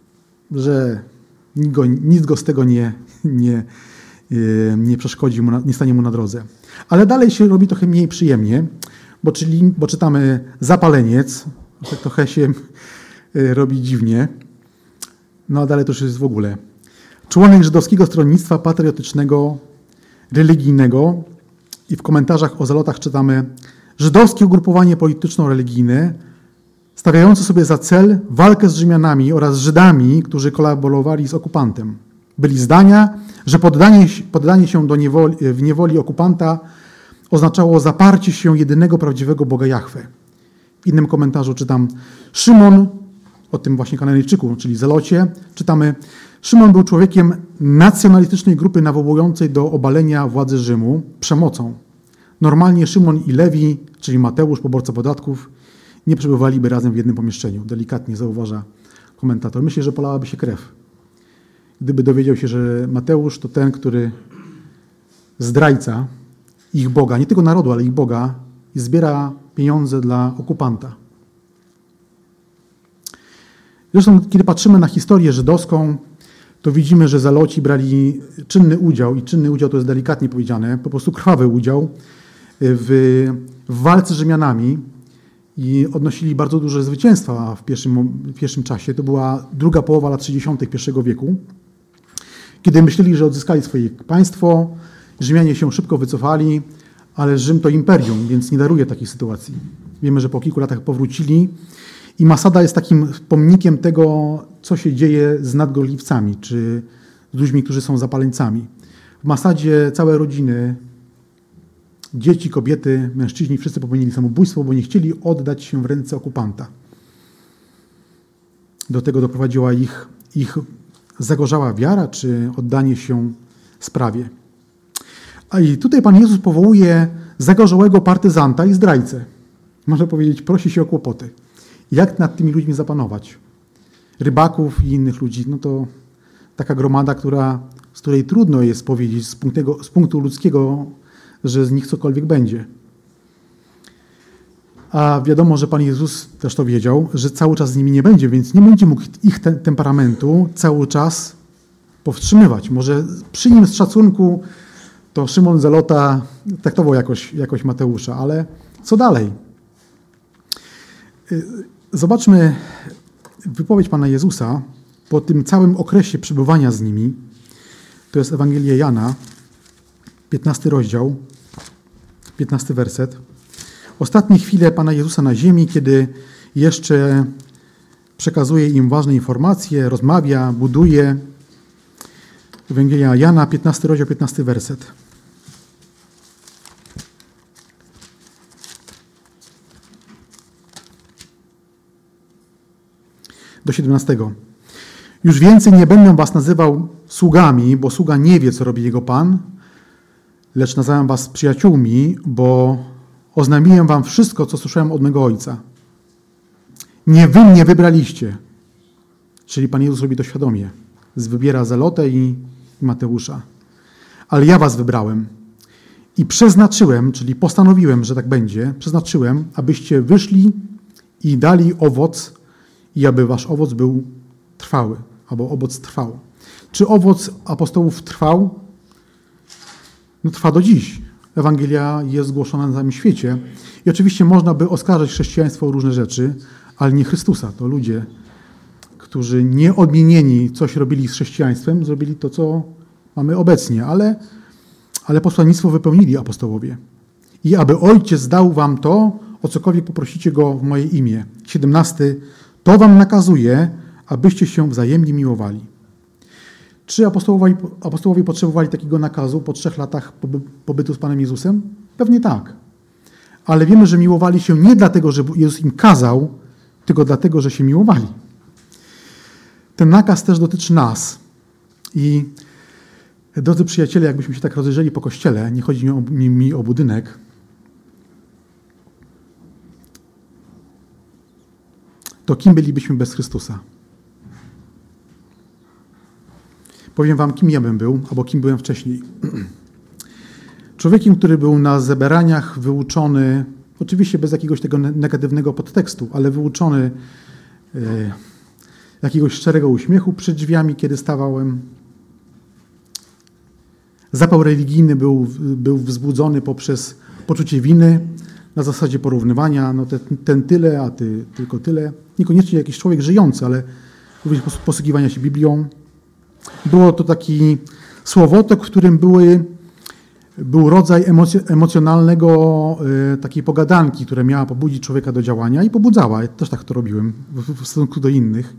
że nic go, nic go z tego nie, nie, nie przeszkodzi, mu, nie stanie mu na drodze. Ale dalej się robi trochę mniej przyjemnie, bo, czyli, bo czytamy zapaleniec, tak trochę się robi dziwnie. No a dalej to już jest w ogóle. Członek żydowskiego stronnictwa patriotycznego, religijnego i w komentarzach o zelotach czytamy żydowskie ugrupowanie polityczno-religijne stawiające sobie za cel walkę z Rzymianami oraz Żydami, którzy kolaborowali z okupantem. Byli zdania, że poddanie, poddanie się do niewoli, w niewoli okupanta oznaczało zaparcie się jedynego prawdziwego Boga Jahwe. W innym komentarzu czytam Szymon, o tym właśnie Kananejczyku, czyli Zelocie, czytamy Szymon był człowiekiem nacjonalistycznej grupy nawołującej do obalenia władzy Rzymu przemocą. Normalnie Szymon i Lewi, czyli Mateusz, poborca podatków, nie przebywaliby razem w jednym pomieszczeniu. Delikatnie zauważa komentator. Myślę, że polałaby się krew, gdyby dowiedział się, że Mateusz to ten, który zdrajca ich Boga, nie tylko narodu, ale ich Boga, i zbiera pieniądze dla okupanta. Zresztą, kiedy patrzymy na historię żydowską, to widzimy, że Zeloci brali czynny udział, i czynny udział to jest delikatnie powiedziane, po prostu krwawy udział w, w walce z Rzymianami i odnosili bardzo duże zwycięstwa w pierwszym, w pierwszym czasie. To była druga połowa lat trzydziestych pierwszego wieku, kiedy myśleli, że odzyskali swoje państwo, Rzymianie się szybko wycofali, ale Rzym to imperium, więc nie daruje takiej sytuacji. Wiemy, że po kilku latach powrócili i Masada jest takim pomnikiem tego, co się dzieje z nadgorliwcami, czy z ludźmi, którzy są zapaleńcami. W Masadzie całe rodziny, dzieci, kobiety, mężczyźni, wszyscy popełnili samobójstwo, bo nie chcieli oddać się w ręce okupanta. Do tego doprowadziła ich, ich zagorzała wiara, czy oddanie się sprawie. A i tutaj Pan Jezus powołuje zagorzałego partyzanta i zdrajcę. Można powiedzieć, prosi się o kłopoty. Jak nad tymi ludźmi zapanować? Rybaków i innych ludzi, no to taka gromada, która, z której trudno jest powiedzieć z, punktego, z punktu ludzkiego, że z nich cokolwiek będzie. A wiadomo, że Pan Jezus też to wiedział, że cały czas z nimi nie będzie, więc nie będzie mógł ich te, temperamentu cały czas powstrzymywać. Może przy nim z szacunku to Szymon Zelota traktował jakoś, jakoś Mateusza, ale co dalej? Zobaczmy wypowiedź Pana Jezusa po tym całym okresie przebywania z nimi. To jest Ewangelia Jana, piętnasty rozdział, piętnasty werset. Ostatnie chwile Pana Jezusa na ziemi, kiedy jeszcze przekazuje im ważne informacje, rozmawia, buduje. Ewangelia Jana, piętnasty rozdział, piętnasty werset. Do siedemnastego. Już więcej nie będę was nazywał sługami, bo sługa nie wie, co robi jego Pan, lecz nazywam was przyjaciółmi, bo oznajmiłem wam wszystko, co słyszałem od mego Ojca. Nie wy mnie wybraliście, czyli Pan Jezus robi to świadomie. Wybiera Zelotę i Mateusza. Ale ja was wybrałem i przeznaczyłem, czyli postanowiłem, że tak będzie, przeznaczyłem, abyście wyszli i dali owoc i aby wasz owoc był trwały, albo owoc trwał. Czy owoc apostołów trwał? No trwa do dziś. Ewangelia jest głoszona na całym świecie i oczywiście można by oskarżać chrześcijaństwo o różne rzeczy, ale nie Chrystusa. To ludzie, którzy nieodmienieni coś robili z chrześcijaństwem, zrobili to, co mamy obecnie, ale, ale posłannictwo wypełnili apostołowie. I aby Ojciec dał wam to, o cokolwiek poprosicie Go w moje imię. siedemnasty. To wam nakazuje, abyście się wzajemnie miłowali. Czy apostołowie, apostołowie potrzebowali takiego nakazu po trzech latach pobytu z Panem Jezusem? Pewnie tak. Ale wiemy, że miłowali się nie dlatego, że Jezus im kazał, tylko dlatego, że się miłowali. Ten nakaz też dotyczy nas. I drodzy przyjaciele, jakbyśmy się tak rozejrzeli po kościele, nie chodzi mi o, mi, mi o budynek, to kim bylibyśmy bez Chrystusa? Powiem wam, kim ja bym był, albo kim byłem wcześniej. Człowiekiem, który był na zebraniach wyuczony, oczywiście bez jakiegoś tego negatywnego podtekstu, ale wyuczony e, jakiegoś szczerego uśmiechu przed drzwiami, kiedy stawałem. Zapał religijny był, był wzbudzony poprzez poczucie winy, na zasadzie porównywania, no ten, ten tyle, a ty tylko tyle. Niekoniecznie jakiś człowiek żyjący, ale również posługiwania się Biblią. Było to taki słowotok, w którym były, był rodzaj emoc- emocjonalnego y, takiej pogadanki, która miała pobudzić człowieka do działania i pobudzała. Ja też tak to robiłem w, w stosunku do innych.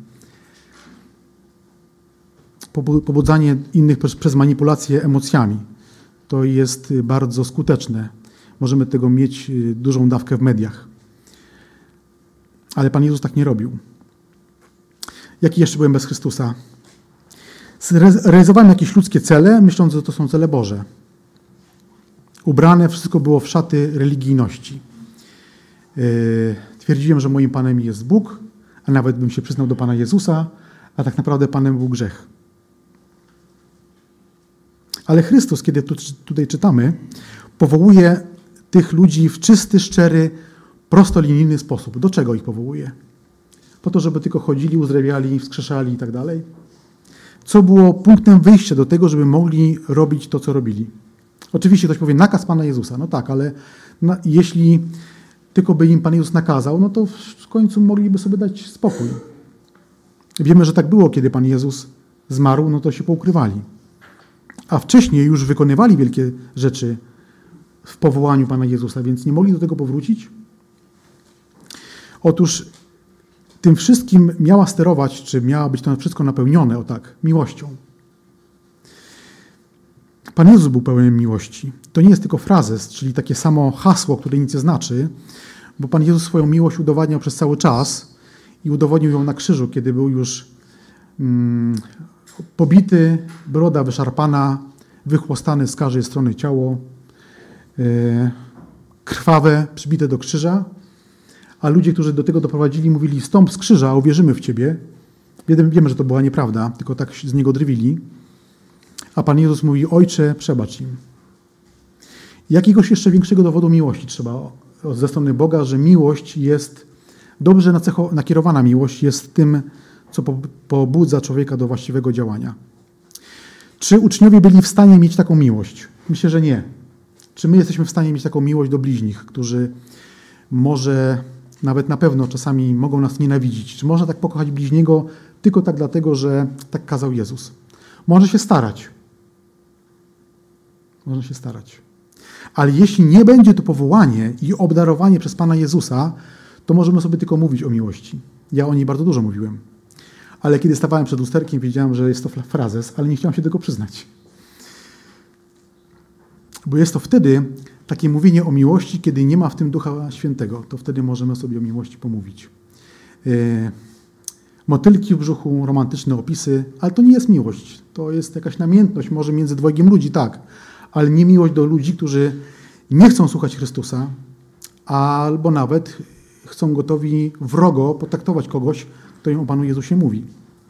Pobudzanie innych przez, przez manipulację emocjami. To jest bardzo skuteczne. Możemy tego mieć dużą dawkę w mediach. Ale Pan Jezus tak nie robił. Jaki jeszcze byłem bez Chrystusa? Realizowałem jakieś ludzkie cele, myśląc, że to są cele Boże. Ubrane wszystko było w szaty religijności. Twierdziłem, że moim Panem jest Bóg, a nawet bym się przyznał do Pana Jezusa, a tak naprawdę Panem był grzech. Ale Chrystus, kiedy tu, tutaj czytamy, powołuje tych ludzi w czysty, szczery, prostolinijny sposób. Do czego ich powołuje? Po to, żeby tylko chodzili, uzdrawiali, wskrzeszali i tak dalej? Co było punktem wyjścia do tego, żeby mogli robić to, co robili? Oczywiście ktoś powie, nakaz Pana Jezusa. No tak, ale na, jeśli tylko by im Pan Jezus nakazał, no to w końcu mogliby sobie dać spokój. Wiemy, że tak było, kiedy Pan Jezus zmarł, no to się poukrywali. A wcześniej już wykonywali wielkie rzeczy w powołaniu Pana Jezusa, więc nie mogli do tego powrócić. Otóż tym wszystkim miała sterować, czy miało być to wszystko napełnione, o tak, miłością. Pan Jezus był pełen miłości. To nie jest tylko frazes, czyli takie samo hasło, które nic nie znaczy, bo Pan Jezus swoją miłość udowadniał przez cały czas i udowodnił ją na krzyżu, kiedy był już mm, pobity, broda wyszarpana, wychłostane z każdej strony ciało, yy, krwawe, przybite do krzyża, a ludzie, którzy do tego doprowadzili, mówili: stąp z krzyża, a uwierzymy w Ciebie. Wiemy, wiemy, że to była nieprawda, tylko tak z niego drwili. A Pan Jezus mówi: Ojcze, przebacz im. Jakiegoś jeszcze większego dowodu miłości trzeba ze strony Boga, że miłość jest, dobrze nakierowana miłość jest tym, co pobudza człowieka do właściwego działania. Czy uczniowie byli w stanie mieć taką miłość? Myślę, że nie. Czy my jesteśmy w stanie mieć taką miłość do bliźnich, którzy może, nawet na pewno czasami mogą nas nienawidzić? Czy można tak pokochać bliźniego tylko tak dlatego, że tak kazał Jezus? Można się starać. Można się starać. Ale jeśli nie będzie to powołanie i obdarowanie przez Pana Jezusa, to możemy sobie tylko mówić o miłości. Ja o niej bardzo dużo mówiłem. Ale kiedy stawałem przed lusterkiem, wiedziałem, że jest to frazes, ale nie chciałem się tego przyznać. Bo jest to wtedy takie mówienie o miłości, kiedy nie ma w tym Ducha Świętego. To wtedy możemy sobie o miłości pomówić. Yy, motylki w brzuchu, romantyczne opisy, ale to nie jest miłość. To jest jakaś namiętność, może między dwojgiem ludzi, tak, ale nie miłość do ludzi, którzy nie chcą słuchać Chrystusa, albo nawet chcą gotowi wrogo potraktować kogoś, kto im o Panu Jezusie mówi.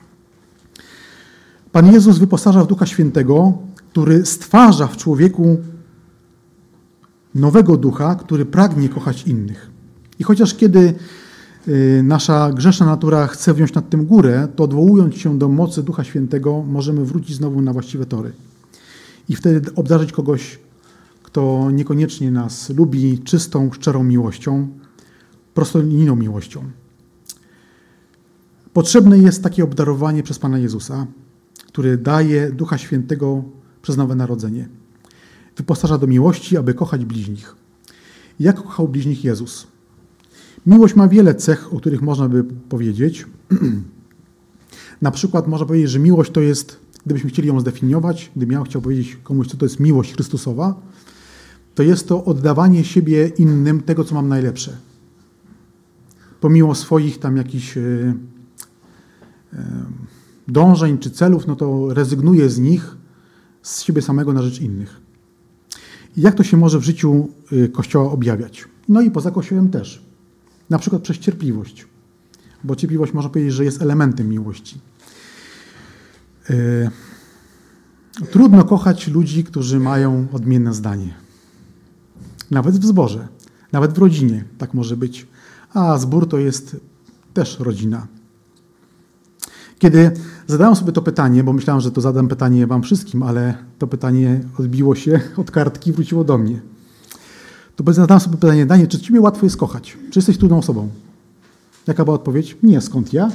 Pan Jezus wyposaża w Ducha Świętego, który stwarza w człowieku nowego ducha, który pragnie kochać innych. I chociaż kiedy nasza grzeszna natura chce wziąć nad tym górę, to odwołując się do mocy Ducha Świętego, możemy wrócić znowu na właściwe tory. I wtedy obdarzyć kogoś, kto niekoniecznie nas lubi, czystą, szczerą miłością, prostolinijną miłością. Potrzebne jest takie obdarowanie przez Pana Jezusa, który daje Ducha Świętego przez nowe narodzenie. Wyposaża do miłości, aby kochać bliźnich. Jak kochał bliźnich Jezus? Miłość ma wiele cech, o których można by powiedzieć. Na przykład można powiedzieć, że miłość to jest, gdybyśmy chcieli ją zdefiniować, gdybym ja chciał powiedzieć komuś, co to jest miłość Chrystusowa, to jest to oddawanie siebie innym tego, co mam najlepsze. Pomimo swoich tam jakichś yy, yy, dążeń czy celów, no to rezygnuję z nich, z siebie samego na rzecz innych. I jak to się może w życiu Kościoła objawiać? No i poza Kościołem też. Na przykład przez cierpliwość. Bo cierpliwość można powiedzieć, że jest elementem miłości. Yy, trudno kochać ludzi, którzy mają odmienne zdanie. Nawet w zborze, nawet w rodzinie tak może być. A zbór to jest też rodzina. Kiedy zadałem sobie to pytanie, bo myślałem, że to zadam pytanie wam wszystkim, ale to pytanie odbiło się od kartki i wróciło do mnie. To zadałem sobie pytanie: Daniel, czy ciebie łatwo jest kochać? Czy jesteś trudną osobą? Jaka była odpowiedź? Nie, skąd ja?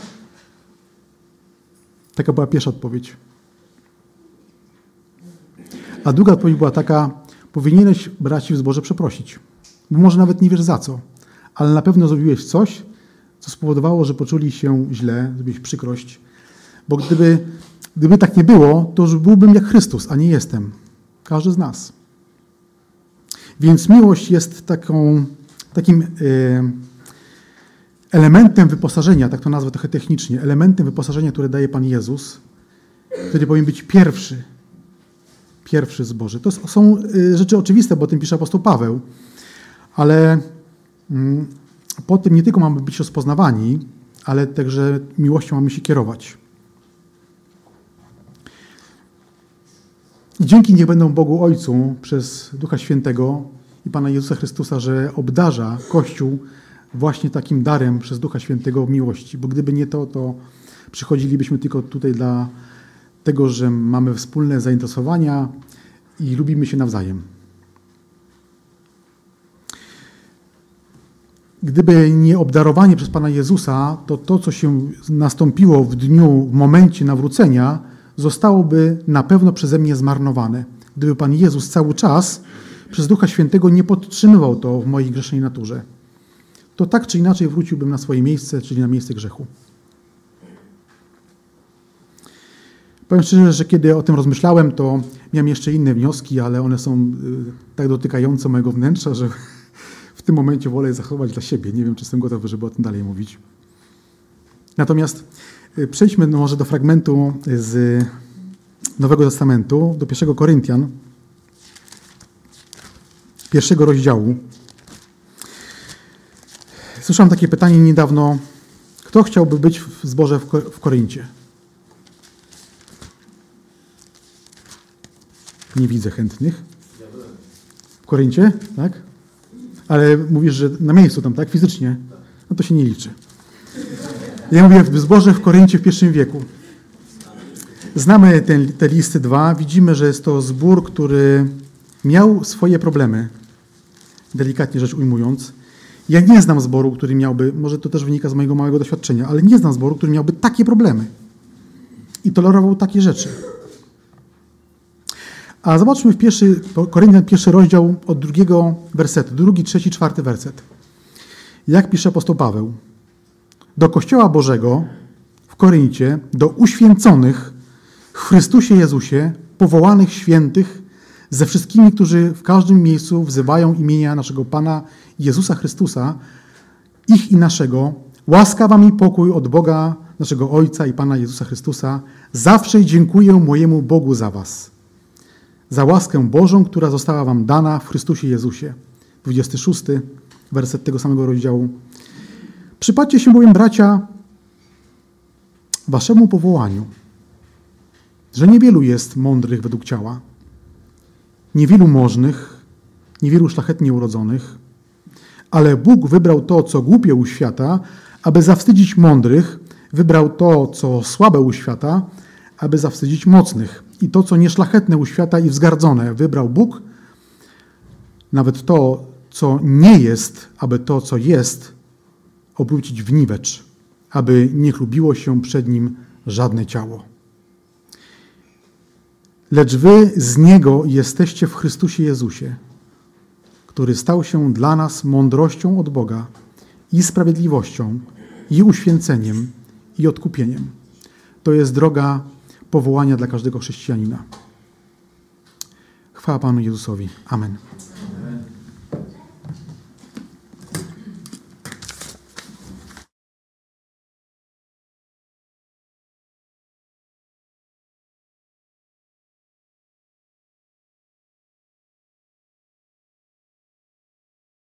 Taka była pierwsza odpowiedź. A druga odpowiedź była taka: powinieneś braci w zborze przeprosić. Bo może nawet nie wiesz za co, ale na pewno zrobiłeś coś, co spowodowało, że poczuli się źle, zrobiłeś przykrość. Bo gdyby, gdyby tak nie było, to już byłbym jak Chrystus, a nie jestem. Każdy z nas. Więc miłość jest taką, takim y, elementem wyposażenia, tak to nazwę trochę technicznie, elementem wyposażenia, które daje Pan Jezus, który powinien być pierwszy. Pierwszy z Boży. To są y, rzeczy oczywiste, bo o tym pisze apostoł Paweł, ale y, po tym nie tylko mamy być rozpoznawani, ale także miłością mamy się kierować. I dzięki niech będą Bogu Ojcu przez Ducha Świętego i Pana Jezusa Chrystusa, że obdarza Kościół właśnie takim darem przez Ducha Świętego miłości. Bo gdyby nie to, to przychodzilibyśmy tylko tutaj dla tego, że mamy wspólne zainteresowania i lubimy się nawzajem. Gdyby nie obdarowanie przez Pana Jezusa, to to, co się nastąpiło w dniu, w momencie nawrócenia, zostałoby na pewno przeze mnie zmarnowane. Gdyby Pan Jezus cały czas przez Ducha Świętego nie podtrzymywał to w mojej grzesznej naturze, to tak czy inaczej wróciłbym na swoje miejsce, czyli na miejsce grzechu. Powiem szczerze, że kiedy o tym rozmyślałem, to miałem jeszcze inne wnioski, ale one są tak dotykające mojego wnętrza, że w tym momencie wolę je zachować dla siebie. Nie wiem, czy jestem gotowy, żeby o tym dalej mówić. Natomiast przejdźmy może do fragmentu z Nowego Testamentu, do pierwszego Koryntian, pierwszego rozdziału. Słyszałem takie pytanie niedawno, kto chciałby być w zborze w Koryncie? Nie widzę chętnych. W Koryncie, tak? Ale mówisz, że na miejscu tam, tak? Fizycznie? No to się nie liczy. Ja mówię w zborze w Koryncie w pierwszym wieku. Znamy ten, te listy dwa. Widzimy, że jest to zbór, który miał swoje problemy, delikatnie rzecz ujmując. Ja nie znam zboru, który miałby, może to też wynika z mojego małego doświadczenia, ale nie znam zboru, który miałby takie problemy i tolerował takie rzeczy. A zobaczmy w pierwszy, Koryntian, pierwszy rozdział od drugiego wersetu, drugi, trzeci, czwarty werset. Jak pisze apostoł Paweł. Do Kościoła Bożego w Koryncie, do uświęconych w Chrystusie Jezusie, powołanych świętych, ze wszystkimi, którzy w każdym miejscu wzywają imienia naszego Pana Jezusa Chrystusa, ich i naszego, łaska wam i pokój od Boga, naszego Ojca i Pana Jezusa Chrystusa. Zawsze dziękuję mojemu Bogu za was, za łaskę Bożą, która została wam dana w Chrystusie Jezusie. dwudziesty szósty werset tego samego rozdziału. Przypatrzcie się bowiem, bracia, waszemu powołaniu, że niewielu jest mądrych według ciała, niewielu możnych, niewielu szlachetnie urodzonych, ale Bóg wybrał to, co głupie u świata, aby zawstydzić mądrych, wybrał to, co słabe u świata, aby zawstydzić mocnych. I to, co nieszlachetne u świata i wzgardzone, wybrał Bóg, nawet to, co nie jest, aby to, co jest, obrócić w niwecz, aby nie chlubiło się przed Nim żadne ciało. Lecz wy z Niego jesteście w Chrystusie Jezusie, który stał się dla nas mądrością od Boga i sprawiedliwością, i uświęceniem, i odkupieniem. To jest droga powołania dla każdego chrześcijanina. Chwała Panu Jezusowi. Amen.